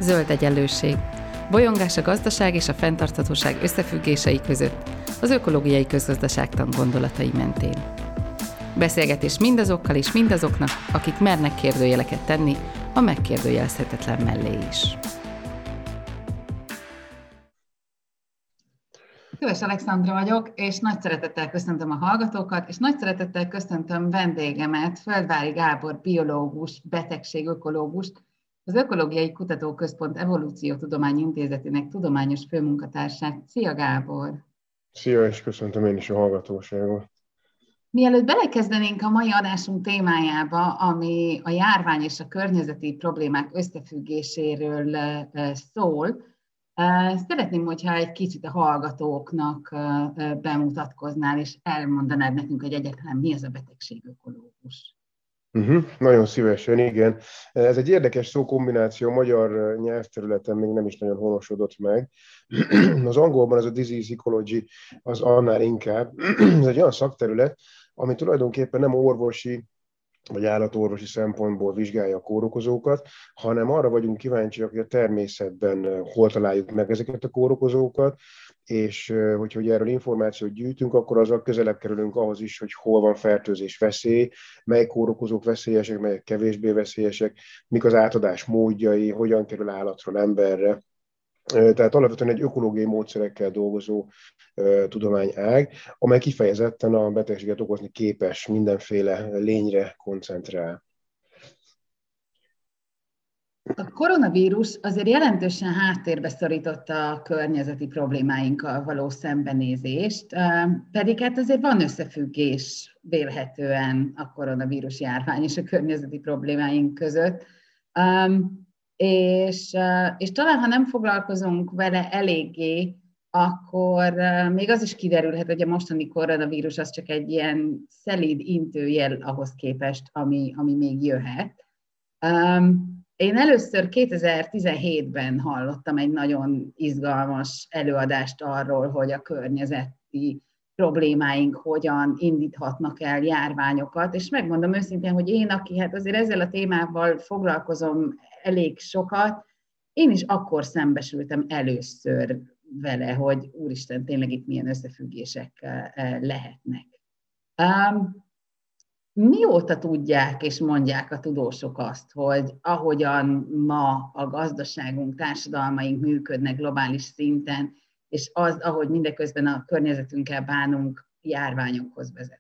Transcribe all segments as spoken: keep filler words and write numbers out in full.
Zöld egyenlőség. Bolyongás a gazdaság és a fenntarthatóság összefüggései között, az ökológiai közgazdaságtan gondolatai mentén. Beszélgetés mindazokkal és mindazoknak, akik mernek kérdőjeleket tenni a megkérdőjelezhetetlen mellé is. Köves Alexandra vagyok, és nagy szeretettel köszöntöm a hallgatókat, és nagy szeretettel köszöntöm vendégemet, Földváry Gábor biológus, betegségökológust, az Ökológiai Kutatóközpont Evolúciótudományi Intézetének tudományos főmunkatársát. Szia, Gábor! Szia, és köszöntöm én is a hallgatóságot! Mielőtt belekezdenénk a mai adásunk témájába, ami a járvány és a környezeti problémák összefüggéséről szól, szeretném, hogyha egy kicsit a hallgatóknak bemutatkoznál, és elmondanád nekünk, hogy egyáltalán mi az a betegségökológus. Uh-huh, nagyon szívesen, igen. Ez egy érdekes szókombináció, magyar nyelvterületen még nem is nagyon honosodott meg. Az angolban ez a disease ecology, az annál inkább. Ez egy olyan szakterület, ami tulajdonképpen nem orvosi vagy állatorvosi szempontból vizsgálja a kórokozókat, hanem arra vagyunk kíváncsiak, hogy a természetben hol találjuk meg ezeket a kórokozókat, és hogyha hogy erről információt gyűjtünk, akkor azzal közelebb kerülünk ahhoz is, hogy hol van fertőzés veszély, mely kórokozók veszélyesek, melyek kevésbé veszélyesek, mik az átadás módjai, hogyan kerül állatról emberre. Tehát alapvetően egy ökológiai módszerekkel dolgozó uh, tudományág, amely kifejezetten a betegséget okozni képes mindenféle lényre koncentrál. A koronavírus azért jelentősen háttérbe szorította a környezeti problémáinkkal való szembenézést, pedig hát azért van összefüggés vélhetően a koronavírus járvány és a környezeti problémáink között. És, és talán, ha nem foglalkozunk vele eléggé, akkor még az is kiderülhet, hogy a mostani koronavírus az csak egy ilyen szelíd intőjel ahhoz képest, ami, ami még jöhet. Én először kétezer-tizenhétben hallottam egy nagyon izgalmas előadást arról, hogy a környezeti problémáink hogyan indíthatnak el járványokat, és megmondom őszintén, hogy én, aki hát azért ezzel a témával foglalkozom elég sokat, én is akkor szembesültem először vele, hogy úristen, tényleg itt milyen összefüggések lehetnek. Um, mióta tudják és mondják a tudósok azt, hogy ahogyan ma a gazdaságunk, társadalmaink működnek globális szinten, és az, ahogy mindeközben a környezetünkkel bánunk, járványokhoz vezethet?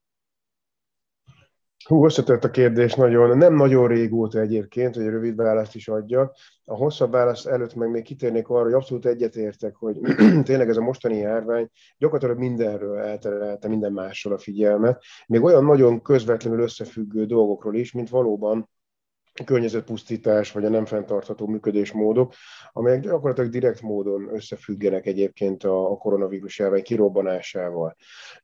Hú, összetett a kérdés nagyon. Nem nagyon régóta egyébként, hogy rövid választ is adjak. A hosszabb válasz előtt meg még kitérnék arra, hogy abszolút egyetértek, hogy tényleg ez a mostani járvány gyakorlatilag mindenről elterelte minden másról a figyelmet. Még olyan nagyon közvetlenül összefüggő dolgokról is, mint valóban a környezetpusztítás, vagy a nem fenntartható működésmódok, amelyek gyakorlatilag direkt módon összefüggenek egyébként a koronavírus járvány kirobbanásával.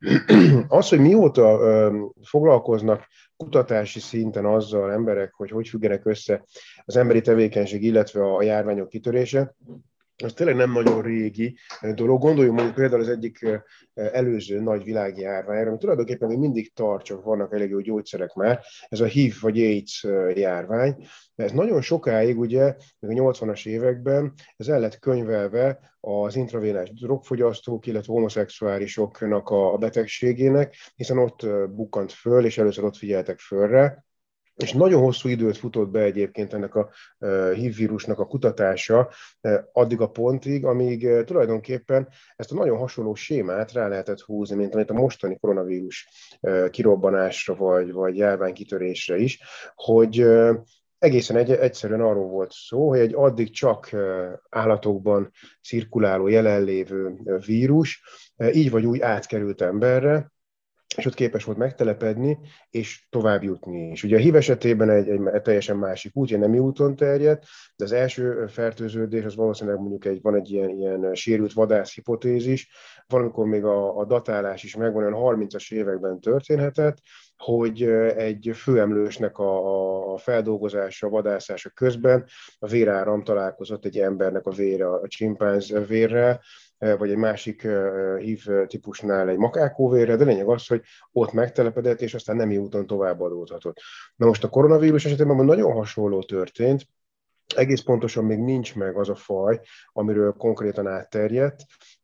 Az, hogy mióta ö, foglalkoznak kutatási szinten azzal emberek, hogy hogy függenek össze az emberi tevékenység, illetve a járványok kitörése, az tényleg nem nagyon régi dolog. Gondoljunk mondjuk például az egyik előző nagy világi járványra, ami tulajdonképpen még mindig tart, csak vannak elég jó gyógyszerek már, ez a há i vé vagy AIDS járvány. Ez nagyon sokáig, ugye, még a nyolcvanas években, ez el lett könyvelve az intravénás drogfogyasztók, illetve homoszexuálisoknak a betegségének, hiszen ott bukkant föl, és először ott figyeltek föl rá. És nagyon hosszú időt futott be egyébként ennek a há i vé vírusnak a kutatása addig a pontig, amíg tulajdonképpen ezt a nagyon hasonló sémát rá lehetett húzni, mint amit a mostani koronavírus kirobbanásra vagy, vagy járványkitörésre is, hogy egészen egy, egyszerűen arról volt szó, hogy egy addig csak állatokban cirkuláló, jelenlévő vírus így vagy úgy átkerült emberre, és ott képes volt megtelepedni, és tovább jutni is. Ugye a há i vé esetében egy, egy teljesen másik út, egy nemi úton terjedt, de az első fertőződés az valószínűleg mondjuk egy, van egy ilyen, ilyen sérült vadász hipotézis, valamikor még a, a datálás is megvan, olyan harmincas években történhetett, hogy egy főemlősnek a, a feldolgozása, a vadászása közben a véráram találkozott egy embernek a vére, a csimpánz vérrel, vagy egy másik há i vé típusnál egy makákóvérre, de lényeg az, hogy ott megtelepedett, és aztán nemi úton tovább adódhatott. Na most a koronavírus esetében nagyon hasonló történt, egész pontosan még nincs meg az a faj, amiről konkrétan átterjedt.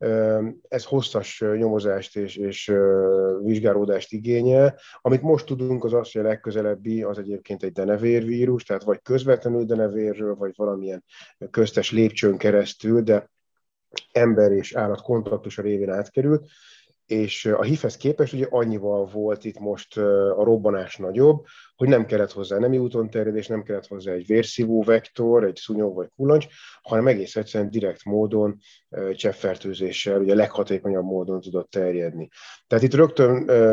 Ez hosszas nyomozást és, és vizsgálódást igényel. Amit most tudunk, az az, hogy a legközelebbi az egyébként egy denevérvírus, tehát vagy közvetlenül denevérről, vagy valamilyen köztes lépcsőn keresztül, de ember és állat kontaktusa révén átkerült. És a hifhez képest ugye annyival volt itt most a robbanás nagyobb, hogy nem kellett hozzá nemi úton terjedés, nem kellett hozzá egy vérszívó vektor, egy szúnyog vagy kullancs, hanem egész egyszerűen direkt módon, cseppfertőzéssel, ugye leghatékonyabb módon tudott terjedni. Tehát itt rögtön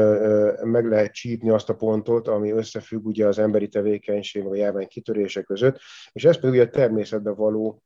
meg lehet csípni azt a pontot, ami összefügg ugye az emberi tevékenység, vagy a járvány kitörése között, és ez pedig ugye a természetben való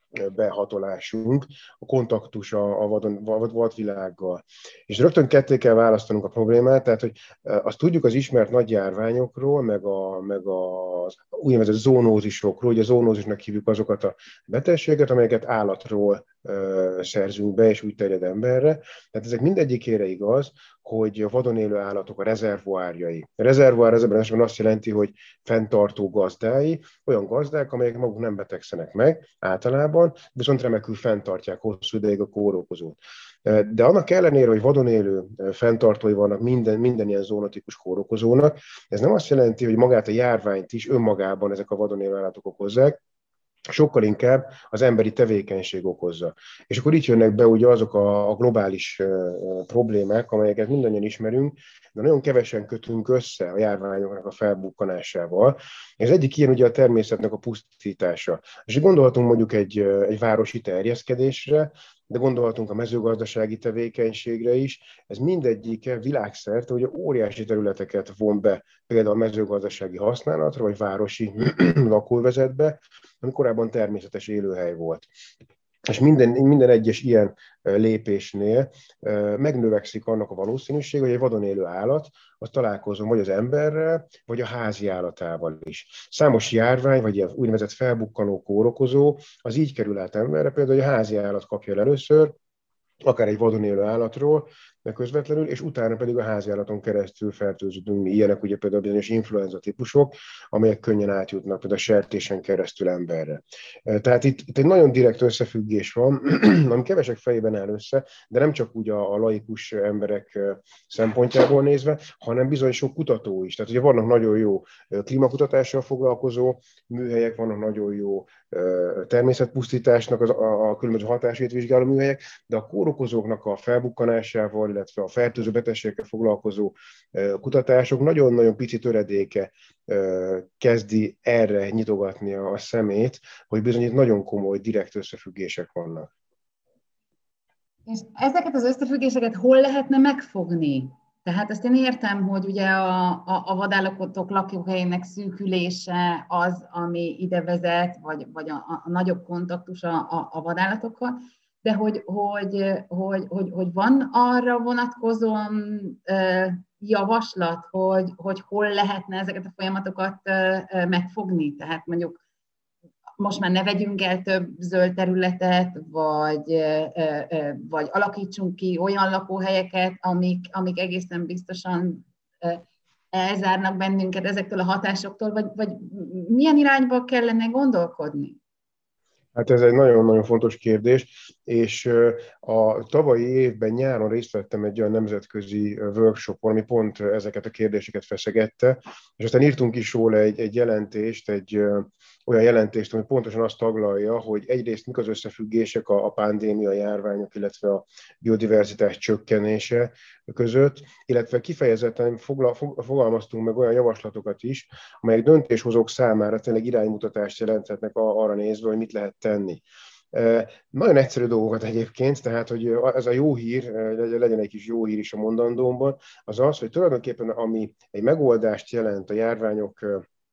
behatolásunk, a kontaktus a, a vadon, vad, vadvilággal. És rögtön ketté kell választanunk a problémát, tehát hogy azt tudjuk az ismert nagy járványokról, meg, a, meg az úgynevezett zónózisokról, ugye zónózisnak hívjuk azokat a betegségeket, amelyeket állatról uh, szerzünk be, és úgy terjed emberre. Tehát ezek mindegyikére igaz, hogy a vadon élő állatok a rezervoárjai. A rezervoár ez ebben esetben azt jelenti, hogy fenntartó gazdái, olyan gazdák, amelyek maguk nem betegszenek meg általában, viszont remekül fenntartják hosszú ideig a kórokozót. De annak ellenére, hogy vadon élő fenntartói vannak minden, minden ilyen zónotikus kórokozónak, ez nem azt jelenti, hogy magát a járványt is önmagában ezek a vadon élő állatok okozzák, sokkal inkább az emberi tevékenység okozza. És akkor itt jönnek be ugye azok a, a globális uh, problémák, amelyeket mindannyian ismerünk, de nagyon kevesen kötünk össze a járványoknak a felbukkanásával. Ez egyik ilyen ugye a természetnek a pusztítása. És gondolhatunk mondjuk egy, egy városi terjeszkedésre, de gondolhatunk a mezőgazdasági tevékenységre is. Ez mindegyike világszerte, hogy óriási területeket von be, például a mezőgazdasági használatra, vagy városi lakóvezetbe, ami korábban természetes élőhely volt. És minden, minden egyes ilyen lépésnél megnövekszik annak a valószínűség, hogy egy vadon élő állat az találkozom vagy az emberrel, vagy a házi állatával is. Számos járvány, vagy ilyen úgynevezett felbukkanó kórokozó, az így kerül át emberre, például, hogy a házi állat kapja el először, akár egy vadon élő állatról, közvetlenül, és utána pedig a háziállaton keresztül fertőződünk mi. Ilyenek ugye például bizonyos influenza típusok, amelyek könnyen átjutnak például a sertésen keresztül emberre. Tehát itt, itt egy nagyon direkt összefüggés van, ami kevesek fejében áll össze, de nem csak úgy a, a laikus emberek szempontjából nézve, hanem bizony sok kutató is. Tehát ugye vannak nagyon jó klímakutatással foglalkozó műhelyek, vannak nagyon jó természetpusztításnak az, a, a különböző hatásait vizsgáló műhelyek, de a kórokozóknak a felbukkanásával, illetve a fertőző betegségekkel foglalkozó kutatások nagyon-nagyon pici töredéke kezdi erre nyitogatni a szemét, hogy bizony itt nagyon komoly direkt összefüggések vannak. És ezeket az összefüggéseket hol lehetne megfogni? Tehát ezt én értem, hogy ugye a, a, a vadállatok lakóhelyének szűkülése az, ami ide vezet, vagy, vagy a, a nagyobb kontaktus a, a, a vadállatokkal, de hogy, hogy, hogy, hogy, hogy van arra vonatkozóan javaslat, hogy, hogy hol lehetne ezeket a folyamatokat megfogni? Tehát mondjuk most már ne vegyünk el több zöld területet, vagy, vagy alakítsunk ki olyan lakóhelyeket, amik, amik egészen biztosan elzárnak bennünket ezektől a hatásoktól, vagy, vagy milyen irányba kellene gondolkodni? Hát ez egy nagyon-nagyon fontos kérdés, és a tavalyi évben nyáron részt vettem egy olyan nemzetközi workshopon, ami pont ezeket a kérdéseket feszegette, és aztán írtunk is róla egy, egy jelentést, egy olyan jelentést, ami pontosan azt taglalja, hogy egyrészt mik az összefüggések a, a pandémia, járványok, illetve a biodiverzitás csökkenése között, illetve kifejezetten fogla, fog, fogalmaztunk meg olyan javaslatokat is, amelyek döntéshozók számára tényleg iránymutatást jelenthetnek arra nézve, hogy mit lehet tenni. Nagyon egyszerű dolgokat egyébként, tehát hogy ez a jó hír, legyen egy kis jó hír is a mondandómban, az az, hogy tulajdonképpen ami egy megoldást jelent a járványok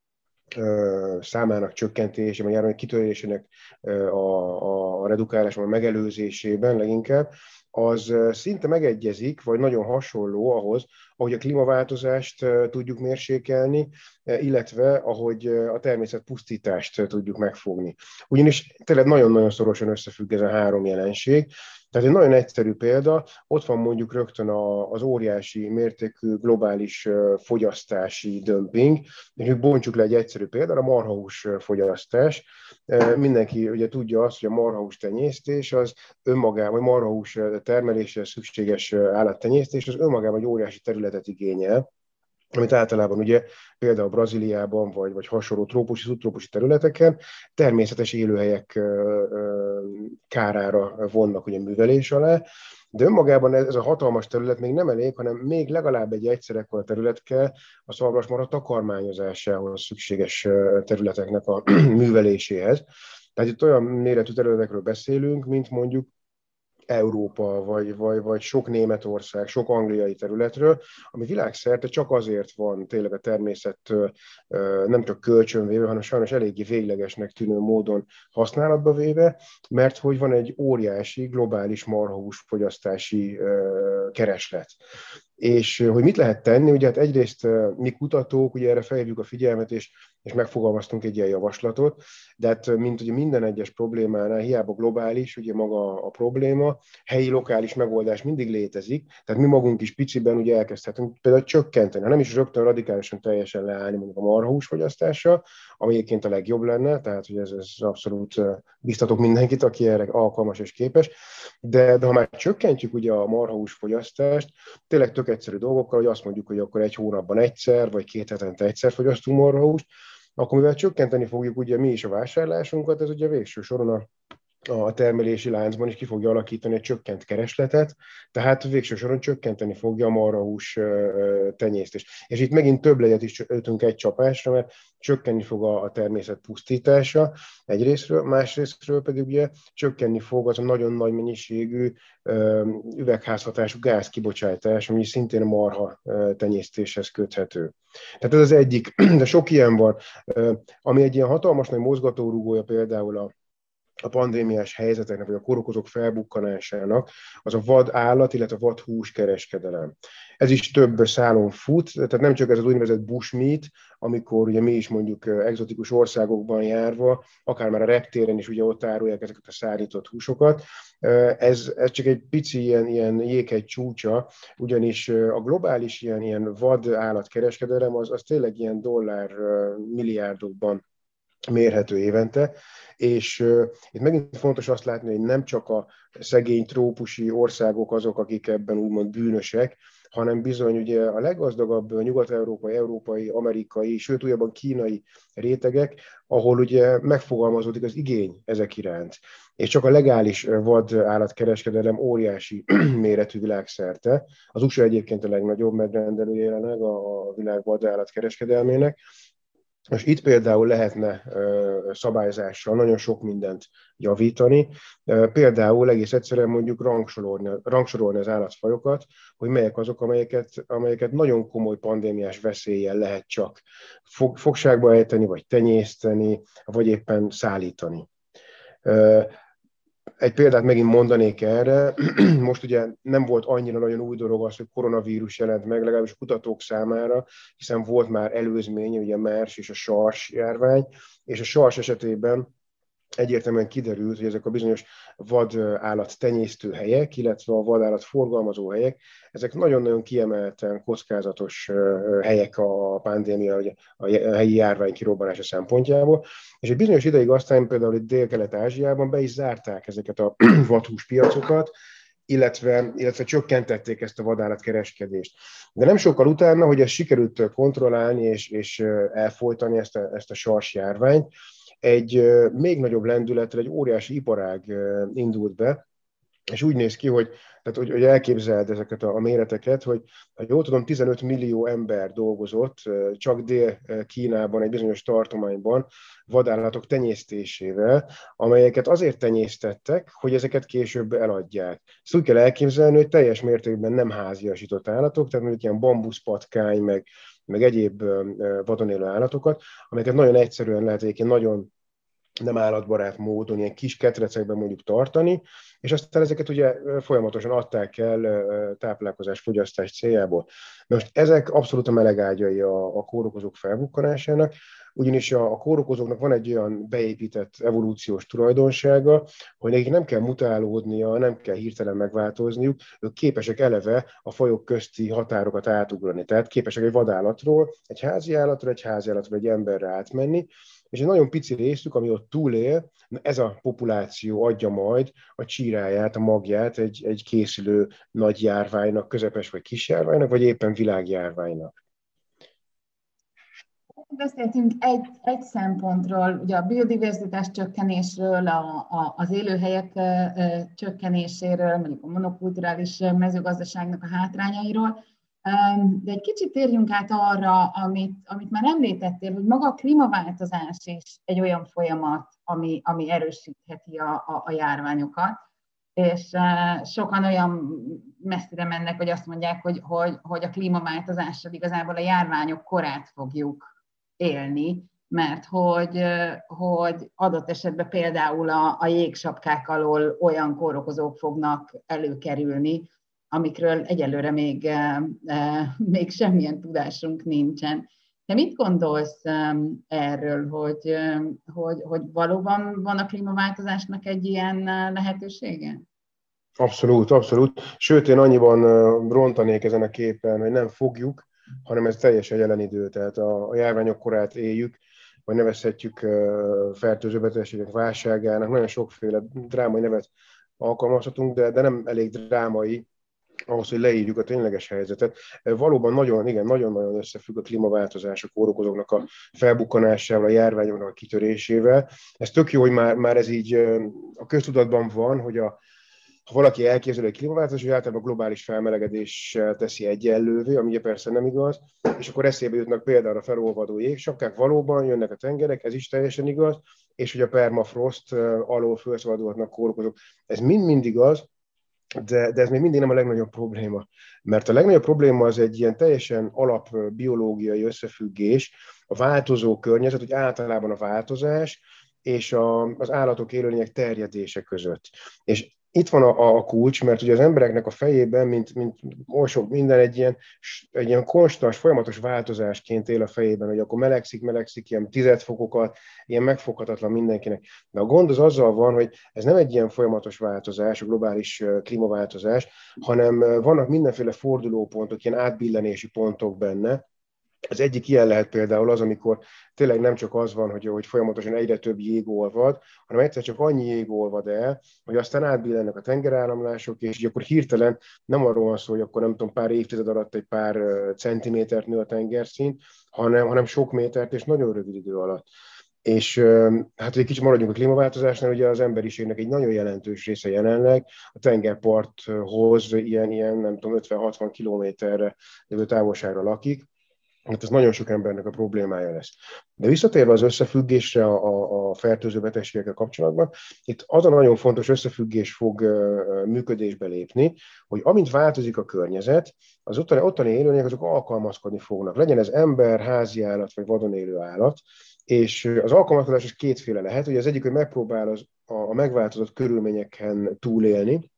számának csökkentése, vagy járvány kitörésének a, a redukálásában, a megelőzésében leginkább, az szinte megegyezik, vagy nagyon hasonló ahhoz, ahogy a klímaváltozást tudjuk mérsékelni, illetve ahogy a természetpusztítást tudjuk megfogni. Ugyanis tényleg nagyon-nagyon szorosan összefügg ez a három jelenség. Tehát egy nagyon egyszerű példa, ott van mondjuk rögtön az óriási mértékű globális fogyasztási dömping, és bontsuk le egy egyszerű példát, a marhahús fogyasztás. Mindenki ugye tudja azt, hogy a marhahús tenyésztés az önmagában, vagy marhahús termeléshez szükséges állattenyésztés, az önmagában egy óriási területet igényel, amit általában ugye például Brazíliában, vagy, vagy hasonló trópusi, szubtrópusi területeken természetes élőhelyek kárára vonnak ugye művelés alá, de önmagában ez a hatalmas terület még nem elég, hanem még legalább egy egyszer ekkora terület kell a szarvasmarha takarmányozásához szükséges területeknek a műveléséhez. Tehát itt olyan méretű területekről beszélünk, mint mondjuk Európa, vagy, vagy, vagy sok Németország, sok angliai területről, ami világszerte csak azért van tényleg a természettől nem csak kölcsönvéve, hanem sajnos eléggé véglegesnek tűnő módon használatba véve, mert hogy van egy óriási globális marhahús fogyasztási kereslet. És hogy mit lehet tenni, ugye hát egyrészt mi kutatók, ugye erre felhívjuk a figyelmet, és, és megfogalmaztunk egy ilyen javaslatot, de hát mint ugye minden egyes problémánál, hiába globális, ugye maga a probléma, helyi, lokális megoldás mindig létezik, tehát mi magunk is piciben ugye elkezdhetünk például csökkenteni, ha nem is rögtön radikálisan teljesen leállni mondjuk a marhahús fogyasztással, ami egyébként a legjobb lenne, tehát hogy ez, ez abszolút biztatok mindenkit, aki erre alkalmas és képes, de, de ha már csökkentjük ugye a marhahús fogyasztást, tényleg tök egyszerű dolgokkal, hogy azt mondjuk, hogy akkor egy hónapban egyszer, vagy két hetente egyszer fogyasztunk marhahúst, akkor mivel csökkenteni fogjuk ugye mi is a vásárlásunkat, ez ugye végső soron a a termelési láncban is ki fogja alakítani egy csökkent keresletet, tehát végső soron csökkenteni fogja a marhahús tenyésztést. És itt megint több legyet is öltünk egy csapásra, mert csökkenni fog a természet pusztítása egyrésztről, másrésztről pedig ugye csökkenni fog az a nagyon nagy mennyiségű üvegházhatású gázkibocsátás, ami szintén a marha tenyésztéshez köthető. Tehát ez az egyik, de sok ilyen van, ami egy ilyen hatalmas nagy mozgatórugója például a a pandémiás helyzeteknek, vagy a kórokozók felbukkanásának, az a vad állat, illetve a vad hús kereskedelem. Ez is több szálon fut, tehát nem csak ez az úgynevezett bushmeat, amikor ugye mi is mondjuk egzotikus országokban járva, akár már a reptéren is ugye ott árulják ezeket a szárított húsokat. Ez, ez csak egy pici ilyen, ilyen jéghegy csúcsa, ugyanis a globális ilyen, ilyen vad állatkereskedelem az, az tényleg ilyen dollár milliárdokban mérhető évente, és uh, itt megint fontos azt látni, hogy nem csak a szegény trópusi országok azok, akik ebben úgymond bűnösek, hanem bizony ugye a leggazdagabb nyugat-európai, európai, amerikai, sőt újabban kínai rétegek, ahol ugye megfogalmazódik az igény ezek iránt. És csak a legális vad állatkereskedelem óriási méretű világszerte. Az u es á egyébként a legnagyobb megrendelő jelenleg a világ vad állatkereskedelmének. Most itt például lehetne szabályzással nagyon sok mindent javítani, például egész egyszerűen mondjuk rangsorolni, rangsorolni az állatfajokat, hogy melyek azok, amelyeket, amelyeket nagyon komoly pandémiás veszéllyel lehet csak fog, fogságba ejteni, vagy tenyészteni, vagy éppen szállítani. Egy példát megint mondanék erre, most ugye nem volt annyira nagyon új dolog az, hogy koronavírus jelent meg, legalábbis a kutatók számára, hiszen volt már előzménye, ugye a MERS és a SARS járvány, és a SARS esetében egyértelműen kiderült, hogy ezek a bizonyos vadállat tenyésztő helyek, illetve a vadállat forgalmazó helyek, ezek nagyon-nagyon kiemelten kockázatos helyek a pandémia, a helyi járvány kirobbanása szempontjából. És egy bizonyos ideig aztán például itt Dél-Kelet-Ázsiában be is zárták ezeket a vadhúspiacokat, illetve, illetve csökkentették ezt a vadállatkereskedést. De nem sokkal utána, hogy ezt sikerült kontrollálni és, és elfolytani ezt a, ezt a SARS járványt, egy még nagyobb lendülettel egy óriási iparág indult be, és úgy néz ki, hogy, tehát, hogy, hogy elképzeld ezeket a, a méreteket, hogy ha jól tudom, tizenöt millió ember dolgozott csak Dél-Kínában, egy bizonyos tartományban vadállatok tenyésztésével, amelyeket azért tenyésztettek, hogy ezeket később eladják. Ezt úgy kell elképzelni, hogy teljes mértékben nem háziasított állatok, tehát mondjuk ilyen bambuszpatkány, meg meg egyéb vadon élő állatokat, amelyeket nagyon egyszerűen lehet egyébként nagyon nem állatbarát módon, ilyen kis ketrecekben mondjuk tartani, és aztán ezeket ugye folyamatosan adták el táplálkozás, fogyasztás céljából. Most ezek abszolút a melegágyai a, a kórokozók felbukkanásának, ugyanis a, a kórokozóknak van egy olyan beépített evolúciós tulajdonsága, hogy nekik nem kell mutálódnia, nem kell hirtelen megváltozniuk, ők képesek eleve a fajok közti határokat átugrani. Tehát képesek egy vadállatról, egy házi állatról, egy házi állatról, egy emberre átmenni, és egy nagyon pici részük, ami ott túlél, ez a populáció adja majd a csíráját, a magját egy, egy készülő nagy járványnak, közepes vagy kis járványnak, vagy éppen világjárványnak. Beszéltünk egy, egy szempontról, ugye a biodiverzitás csökkenésről, a, a, az élőhelyek ö, csökkenéséről, mondjuk a monokulturális mezőgazdaságnak a hátrányairól, de egy kicsit térjünk át arra, amit, amit már említettél, hogy maga a klímaváltozás is egy olyan folyamat, ami, ami erősítheti a, a, a járványokat, és uh, sokan olyan messzire mennek, hogy azt mondják, hogy, hogy, hogy a klímaváltozással igazából a járványok korát fogjuk élni, mert hogy, hogy adott esetben például a, a jégsapkák alól olyan kórokozók fognak előkerülni, amikről egyelőre még, eh, még semmilyen tudásunk nincsen. De mit gondolsz eh, erről, hogy, eh, hogy, hogy valóban van a klímaváltozásnak egy ilyen lehetősége? Abszolút, abszolút. Sőt, én annyiban rontanék ezen a képen, hogy nem fogjuk, hanem ez teljesen jelen idő. Tehát a, a járványok korát éljük, vagy nevezhetjük fertőző betegségek válságának. Nagyon sokféle drámai nevet alkalmazhatunk, de, de nem elég drámai ahhoz, hogy leírjuk a tényleges helyzetet. Valóban nagyon, igen, nagyon-nagyon összefügg a klímaváltozás, a kórokozóknak a felbukkanásával, a járványoknak a kitörésével. Ez tök jó, hogy már, már ez így a köztudatban van, hogy a, ha valaki elképzelő egy klímaváltozás, hogy általában a globális felmelegedéssel teszi egyenlővé, ami ugye persze nem igaz, és akkor eszébe jutnak például a felolvadó jégsapkák, valóban jönnek a tengerek, ez is teljesen igaz, és hogy a permafrost alól felszabadulhatnak kórokozók. Ez mind-mind igaz, De, de ez még mindig nem a legnagyobb probléma. Mert a legnagyobb probléma az egy ilyen teljesen alapbiológiai összefüggés, a változó környezet, hogy általában a változás és a, az állatok, élőlények terjedése között. És itt van a, a kulcs, mert ugye az embereknek a fejében, mint, mint oly sok minden, egy ilyen, egy ilyen konstans, folyamatos változásként él a fejében, hogy akkor melegszik, melegszik, ilyen tizedfokokat, ilyen megfoghatatlan mindenkinek. De a gond az azzal van, hogy ez nem egy ilyen folyamatos változás, a globális klímaváltozás, hanem vannak mindenféle fordulópontok, ilyen átbillenési pontok benne. Az egyik ilyen lehet például az, amikor tényleg nem csak az van, hogy, hogy folyamatosan egyre több jég olvad, hanem egyszer csak annyi jég olvad el, hogy aztán átbillennek a tengeráramlások, és így akkor hirtelen nem arról van szó, hogy akkor nem tudom, pár évtized alatt egy pár centimétert nő a tengerszint, hanem, hanem sok métert és nagyon rövid idő alatt. És hát, hogy egy kicsit maradjunk a klímaváltozásnál, ugye az emberiségnek egy nagyon jelentős része jelenleg a tengerparthoz ilyen, ilyen nem tudom, ötven-hatvan kilométerre jövő távolságra lakik. Hát ez nagyon sok embernek a problémája lesz. De visszatérve az összefüggésre a, a, a fertőző betegségekkel kapcsolatban, itt az a nagyon fontos összefüggés fog uh, működésbe lépni, hogy amint változik a környezet, az ottani, ottani élőlények azok alkalmazkodni fognak. Legyen ez ember, házi állat vagy vadon élő állat, és az alkalmazkodás is kétféle lehet, hogy az egyik, hogy megpróbál az, a, a megváltozott körülményeken túlélni.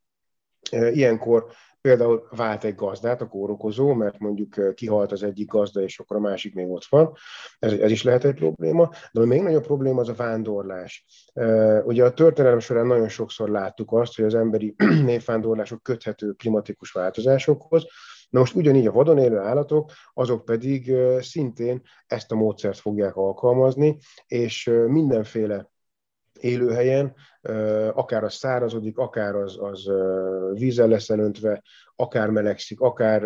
Ilyenkor például vált egy gazdát a kórokozó, mert mondjuk kihalt az egyik gazda, és akkor a másik még ott van. Ez, ez is lehet egy probléma. De a még nagyobb probléma az a vándorlás. Ugye a történelem során nagyon sokszor láttuk azt, hogy az emberi népvándorlások köthető klimatikus változásokhoz. Na most ugyanígy a vadon élő állatok, azok pedig szintén ezt a módszert fogják alkalmazni, és mindenféle élőhelyen, akár az szárazodik, akár az, az vízzel lesz elöntve, akár melegszik, akár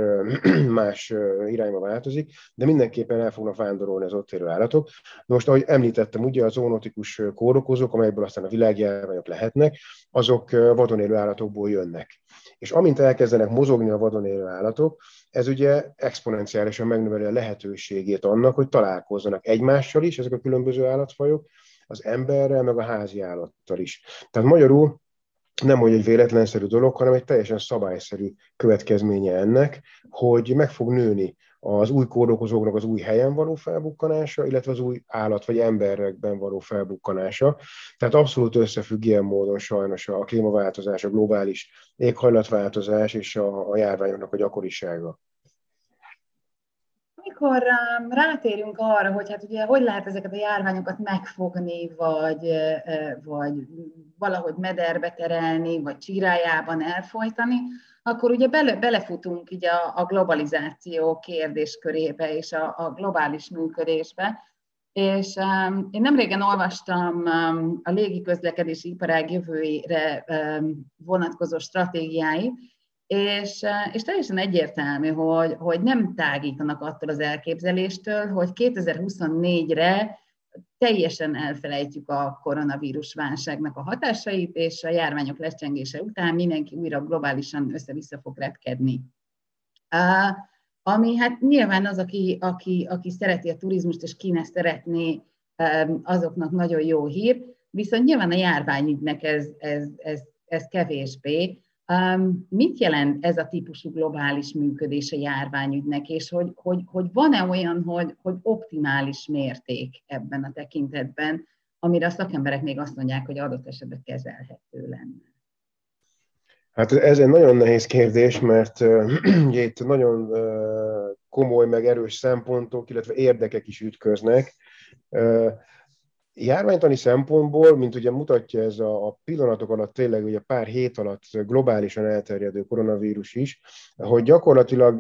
más irányba változik, de mindenképpen el fognak vándorolni az ott élő állatok. Most, ahogy említettem, ugye a zoonotikus kórokozók, amelyekből aztán a világjárványok lehetnek, azok vadon élő állatokból jönnek. És amint elkezdenek mozogni a vadon élő állatok, ez ugye exponenciálisan megnöveli a lehetőségét annak, hogy találkozzanak egymással is ezek a különböző állatfajok, az emberrel, meg a házi állattal is. Tehát magyarul nem hogy egy véletlenszerű dolog, hanem egy teljesen szabályszerű következménye ennek, hogy meg fog nőni az új kórokozóknak az új helyen való felbukkanása, illetve az új állat vagy emberekben való felbukkanása. Tehát abszolút összefügg ilyen módon sajnos a klímaváltozás, a globális éghajlatváltozás és a, a járványoknak a gyakorisága. Amikor um, rátérünk arra, hogy hát ugye hogy lehet ezeket a járványokat megfogni, vagy, vagy valahogy mederbe terelni, vagy csírájában elfojtani, akkor ugye bele, belefutunk így a, a globalizáció kérdéskörébe és a, a globális működésbe. És um, én nemrégen olvastam um, a légiközlekedési iparág jövőjére um, vonatkozó stratégiáit, És, és teljesen egyértelmű, hogy, hogy nem tágítanak attól az elképzeléstől, hogy kétezer-huszonnégyre teljesen elfelejtjük a koronavírus válságnak a hatásait, és a járványok lecsengése után mindenki újra globálisan össze-vissza fog repkedni. Uh, ami hát nyilván az, aki, aki, aki szereti a turizmust, és ki ne szeretné, um, azoknak nagyon jó hír, viszont nyilván a járványügynek ez, ez, ez, ez kevésbé. Um, mit jelent ez a típusú globális működés a járványügynek, és hogy, hogy, hogy van-e olyan, hogy, hogy optimális mérték ebben a tekintetben, amire a szakemberek még azt mondják, hogy adott esetben kezelhető lenne? Hát ez egy nagyon nehéz kérdés, mert uh, itt nagyon uh, komoly, meg erős szempontok, illetve érdekek is ütköznek. Uh, Járványtani szempontból, mint ugye mutatja ez a, a pillanatok alatt, tényleg ugye pár hét alatt globálisan elterjedő koronavírus is, hogy gyakorlatilag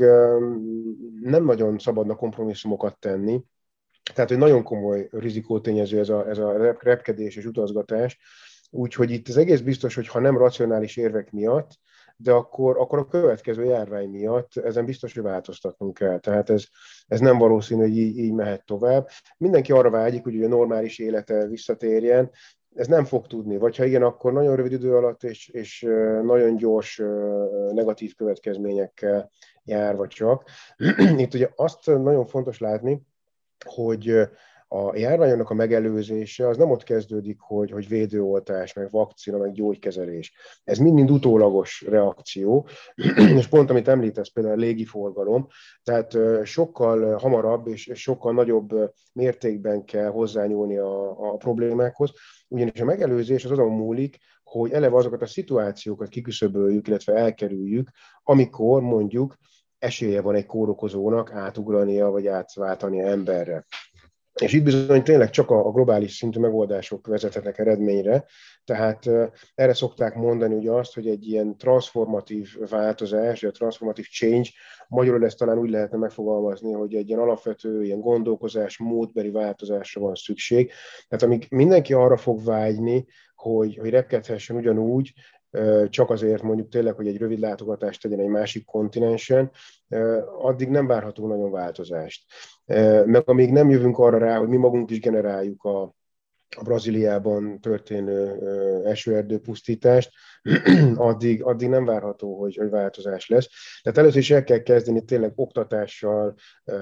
nem nagyon szabadna kompromisszumokat tenni. Tehát, hogy nagyon komoly rizikótényező ez a, ez a repkedés és utazgatás. Úgyhogy itt az egész biztos, hogy ha nem racionális érvek miatt, de akkor, akkor a következő járvány miatt ezen biztos, hogy változtatnunk kell. Tehát ez, ez nem valószínű, hogy így, így mehet tovább. Mindenki arra vágyik, hogy a normális élete visszatérjen. Ez nem fog tudni, vagy ha igen, akkor nagyon rövid idő alatt és, és nagyon gyors negatív következményekkel járva csak. Itt ugye azt nagyon fontos látni, hogy a járványoknak a megelőzése az nem ott kezdődik, hogy, hogy védőoltás, meg vakcina, meg gyógykezelés. Ez mind-mind utólagos reakció, és pont amit említesz, például a légiforgalom, tehát sokkal hamarabb és sokkal nagyobb mértékben kell hozzányúlni a, a problémákhoz, ugyanis a megelőzés az azon múlik, hogy eleve azokat a szituációkat kiküszöböljük, illetve elkerüljük, amikor mondjuk esélye van egy kórokozónak átugrania, vagy átváltania emberre. És itt bizony tényleg csak a globális szintű megoldások vezethetnek eredményre, tehát erre szokták mondani ugye azt, hogy egy ilyen transformatív változás, vagy a transformatív change, magyarul ezt talán úgy lehetne megfogalmazni, hogy egy ilyen alapvető ilyen gondolkozás, módbeli változásra van szükség. Tehát amíg mindenki arra fog vágyni, hogy, hogy repkedhessen ugyanúgy, csak azért mondjuk tényleg, hogy egy rövid látogatást tegyen egy másik kontinensen, addig nem várható nagyon változást. Meg amíg nem jövünk arra rá, hogy mi magunk is generáljuk a, a Brazíliában történő esőerdő pusztítást, addig, addig nem várható, hogy, hogy változás lesz. Tehát először is el kell kezdeni tényleg oktatással,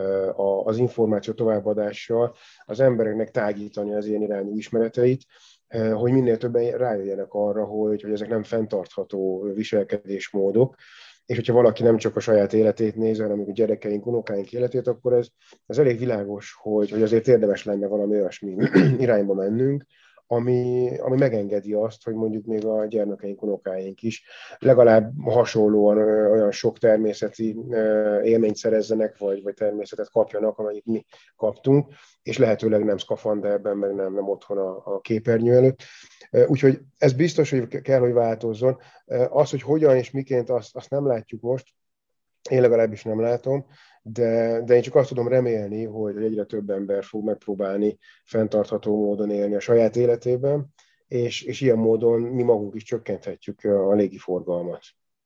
az információ továbbadással, az embereknek tágítani az ilyen irányú ismereteit, hogy minél többen rájöjjenek arra, hogy, hogy ezek nem fenntartható viselkedésmódok, és hogyha valaki nem csak a saját életét nézi, hanem a gyerekeink, unokáink életét, akkor ez, ez elég világos, hogy, hogy azért érdemes lenne valami olyasmi irányba mennünk, ami, ami megengedi azt, hogy mondjuk még a gyermekeink, unokáink is legalább hasonlóan olyan sok természeti élményt szerezzenek, vagy, vagy természetet kapjanak, amennyit mi kaptunk, és lehetőleg nem szkafanderben, meg nem, nem otthon a, a képernyő előtt. Úgyhogy ez biztos, hogy kell, hogy változzon. Az, hogy hogyan és miként, azt, azt nem látjuk most, én legalábbis nem látom, de, de én csak azt tudom remélni, hogy egyre több ember fog megpróbálni fenntartható módon élni a saját életében, és, és ilyen módon mi magunk is csökkenthetjük a légiforgalmat.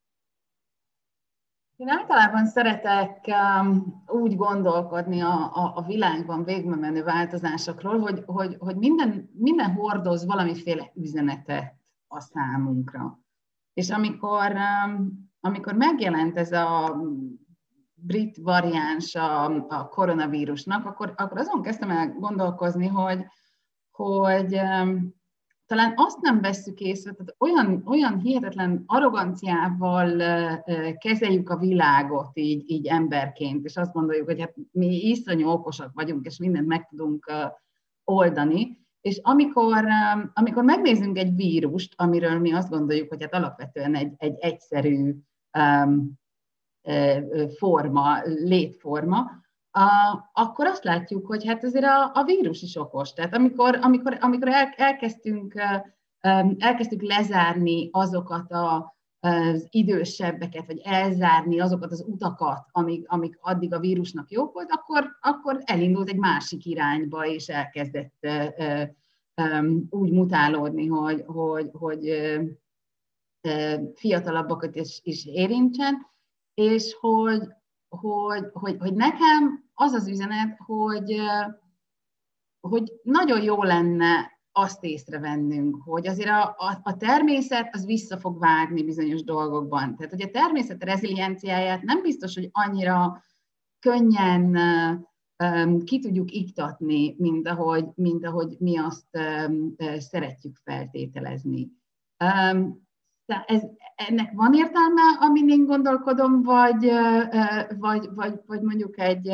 Én általában szeretek um, úgy gondolkodni a, a, a világban végbe menő változásokról, hogy, hogy, hogy minden, minden hordoz valamiféle üzenetet a számunkra. És amikor, um, amikor megjelent ez a brit variáns a, a koronavírusnak, akkor, akkor azon kezdtem el gondolkozni, hogy, hogy, um, talán azt nem vesszük észre, tehát olyan, olyan hihetetlen arroganciával kezeljük a világot így, így emberként, és azt gondoljuk, hogy hát mi iszonyú okosak vagyunk, és mindent meg tudunk oldani. És amikor, amikor megnézzünk egy vírust, amiről mi azt gondoljuk, hogy hát alapvetően egy, egy egyszerű um, forma, létforma, Uh, akkor azt látjuk, hogy hát azért a, a vírus is okos. Tehát amikor, amikor, amikor el, elkezdtünk, uh, elkezdtük lezárni azokat a, az idősebbeket, vagy elzárni azokat az utakat, amik, amik addig a vírusnak jók volt, akkor, akkor elindult egy másik irányba, és elkezdett uh, um, úgy mutálódni, hogy, hogy, hogy uh, uh, fiatalabbakat is, is érintsen, és hogy, hogy, hogy, hogy nekem az az üzenet, hogy, hogy nagyon jó lenne azt észrevennünk, hogy azért a, a, a természet az vissza fog vágni bizonyos dolgokban. Tehát, hogy a természet rezilienciáját nem biztos, hogy annyira könnyen um, ki tudjuk iktatni, mint ahogy, mint ahogy mi azt um, szeretjük feltételezni. Um, Ez, ennek van értelme, amin én gondolkodom, vagy, vagy, vagy, vagy mondjuk egy,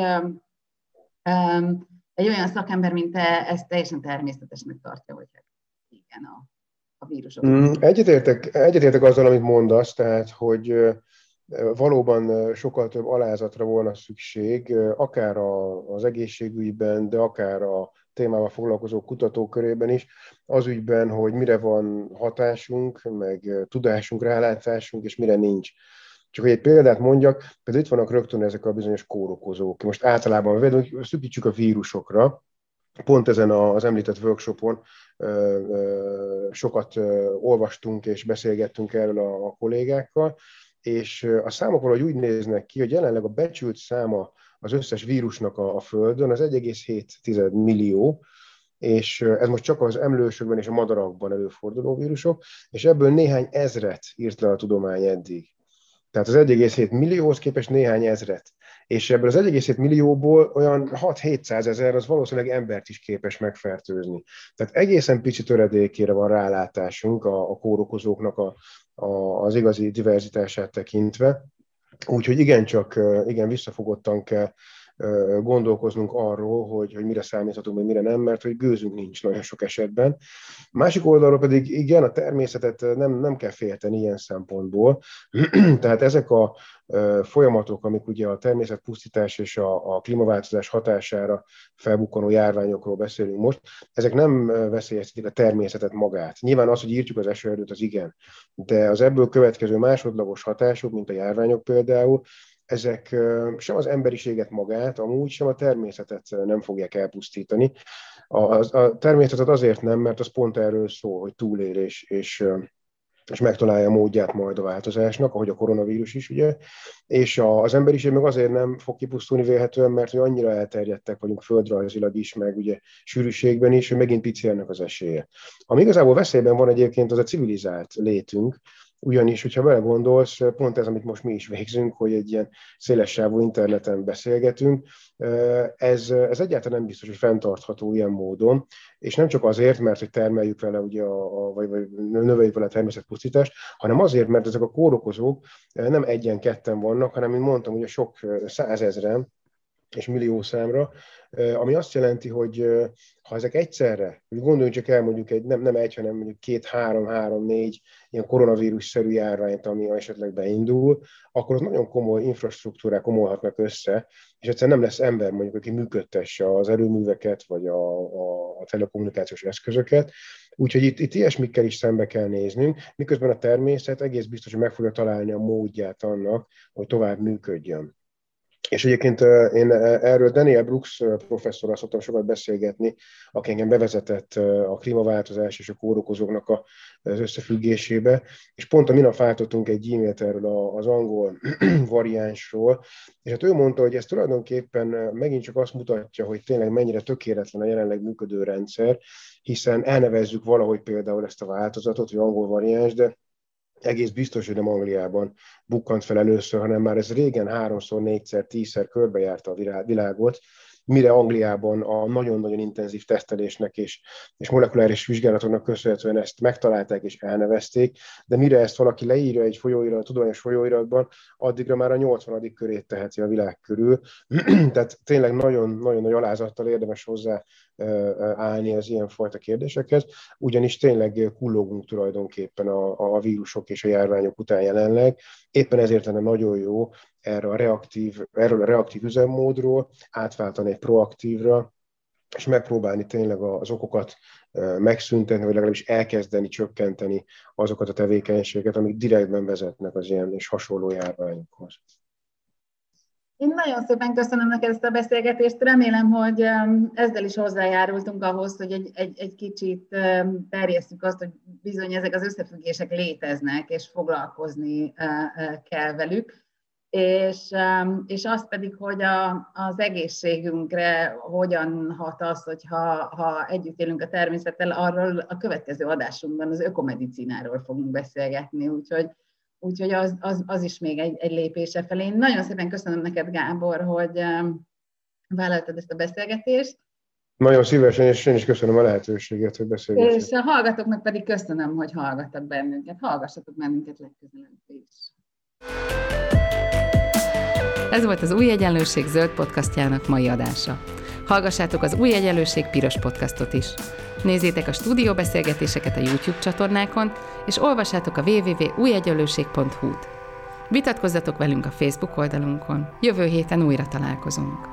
egy olyan szakember, mint te, ezt teljesen természetesnek tartja, hogy igen, a, a vírusok. Mm, egyetértek, egyetértek azzal, amit mondasz, tehát, hogy valóban sokkal több alázatra volna szükség, akár az egészségügyben, de akár a témával foglalkozó kutatók körében is, az ügyben, hogy mire van hatásunk, meg tudásunk, rálátásunk, és mire nincs. Csak hogy egy példát mondjak, például itt vannak rögtön ezek a bizonyos kórokozók. Most általában védünk, szűkítsük a vírusokra. Pont ezen az említett workshopon sokat olvastunk és beszélgettünk erről a kollégákkal, és a számok valahogy úgy néznek ki, hogy jelenleg a becsült száma az összes vírusnak a, a Földön az egy egész hét millió, és ez most csak az emlősökben és a madarakban előforduló vírusok, és ebből néhány ezret írt le a tudomány eddig. Tehát az egy egész hét millióhoz képest néhány ezret. És ebből az egy egész hét millióból olyan hat-hétszázezer az valószínűleg embert is képes megfertőzni. Tehát egészen pici töredékére van rálátásunk a, a kórokozóknak a, a, az igazi diverzitását tekintve. Úgyhogy igencsak, igen, visszafogottan kell gondolkoznunk arról, hogy, hogy mire számíthatunk, vagy mire nem, mert hogy gőzünk nincs nagyon sok esetben. Másik oldalról pedig igen, a természetet nem, nem kell félteni ilyen szempontból. Tehát ezek a folyamatok, amik ugye a természetpusztítás és a, a klímaváltozás hatására felbukkanó járványokról beszélünk most, ezek nem veszélyeztetik a természetet magát. Nyilván az, hogy írtjuk az esőerdőt, az igen, de az ebből következő másodlagos hatások, mint a járványok például, ezek sem az emberiséget magát, amúgy sem a természetet nem fogják elpusztítani. A, a természetet azért nem, mert az pont erről szól, hogy túlél és, és, és megtalálja a módját majd a változásnak, ahogy a koronavírus is, ugye. És a, az emberiség meg azért nem fog kipusztulni vélhetően, mert hogy annyira elterjedtek vagyunk földrajzilag is, meg ugye sűrűségben is, hogy megint pici ennek az esélye. Ami igazából veszélyben van egyébként, az a civilizált létünk, ugyanis, hogyha belegondolsz, pont ez, amit most mi is végzünk, hogy egy ilyen szélessávú interneten beszélgetünk, ez, ez egyáltalán nem biztos, hogy fenntartható ilyen módon, és nem csak azért, mert hogy termeljük vele, ugye a, a, vagy, vagy növeljük vele a természetpusztítást, hanem azért, mert ezek a kórokozók nem egyen-ketten vannak, hanem, mint mondtam, ugye sok százezren, és millió számra, ami azt jelenti, hogy ha ezek egyszerre, gondoljunk csak el mondjuk egy, nem, nem egy, hanem mondjuk két, három, három, négy ilyen koronavírus-szerű járványt, ami esetleg beindul, akkor az nagyon komoly infrastruktúrák omolhatnak össze, és egyszerűen nem lesz ember mondjuk, aki működtesse az erőműveket, vagy a, a, a telekommunikációs eszközöket. Úgyhogy itt, itt ilyesmikkel is szembe kell néznünk, miközben a természet egész biztos, hogy meg fogja találni a módját annak, hogy tovább működjön. És egyébként én erről Daniel Brooks professzorral szoktam sokat beszélgetni, aki engem bevezetett a klímaváltozás és a kórokozóknak az összefüggésébe, és pont a minap váltottunk egy e-mailt erről az angol variánsról, és hát ő mondta, hogy ez tulajdonképpen megint csak azt mutatja, hogy tényleg mennyire tökéletlen a jelenleg működő rendszer, hiszen elnevezzük valahogy például ezt a változatot, hogy angol variáns, de egész biztos, hogy nem Angliában bukkant fel először, hanem már ez régen háromszor, négyszer, tízszer körbejárta a világot, mire Angliában a nagyon-nagyon intenzív tesztelésnek és, és molekuláris vizsgálatoknak köszönhetően ezt megtalálták és elnevezték, de mire ezt valaki leírja egy folyóirat, a tudományos folyóiratban, addigra már a nyolcvanadik körét teheti a világ körül. Tehát tényleg nagyon-nagyon nagy alázattal érdemes hozzá állni az ilyenfajta kérdésekhez, ugyanis tényleg kullogunk tulajdonképpen a, a vírusok és a járványok után jelenleg. Éppen ezért lenne nagyon jó erre a reaktív, erről a reaktív üzemmódról átváltani egy proaktívra, és megpróbálni tényleg az okokat megszüntetni, vagy legalábbis elkezdeni csökkenteni azokat a tevékenységeket, amik direktben vezetnek az ilyen és hasonló járványokhoz. Én nagyon szépen köszönöm neked ezt a beszélgetést. Remélem, hogy ezzel is hozzájárultunk ahhoz, hogy egy, egy, egy kicsit terjesszük azt, hogy bizony ezek az összefüggések léteznek, és foglalkozni kell velük. És, és az pedig, hogy a, az egészségünkre hogyan hat az, hogyha ha együtt élünk a természettel, arról a következő adásunkban az ökomedicináról fogunk beszélgetni, úgyhogy Úgyhogy az, az, az is még egy, egy lépése felé. Én nagyon szépen köszönöm neked, Gábor, hogy um, vállaltad ezt a beszélgetést. Nagyon szívesen, és én is köszönöm a lehetőséget, hogy beszélgetünk. És a hallgatóknak pedig köszönöm, hogy hallgattak bennünket. Hallgassatok bennünket legközelebb is. Ez volt az Új Egyenlőség zöld podcastjának mai adása. Hallgassátok az Új Egyenlőség piros podcastot is. Nézzétek a stúdióbeszélgetéseket a YouTube csatornákon, és olvassátok a double-u double-u double-u pont új egyenlőség pont hu-t. Vitatkozzatok velünk a Facebook oldalunkon. Jövő héten újra találkozunk.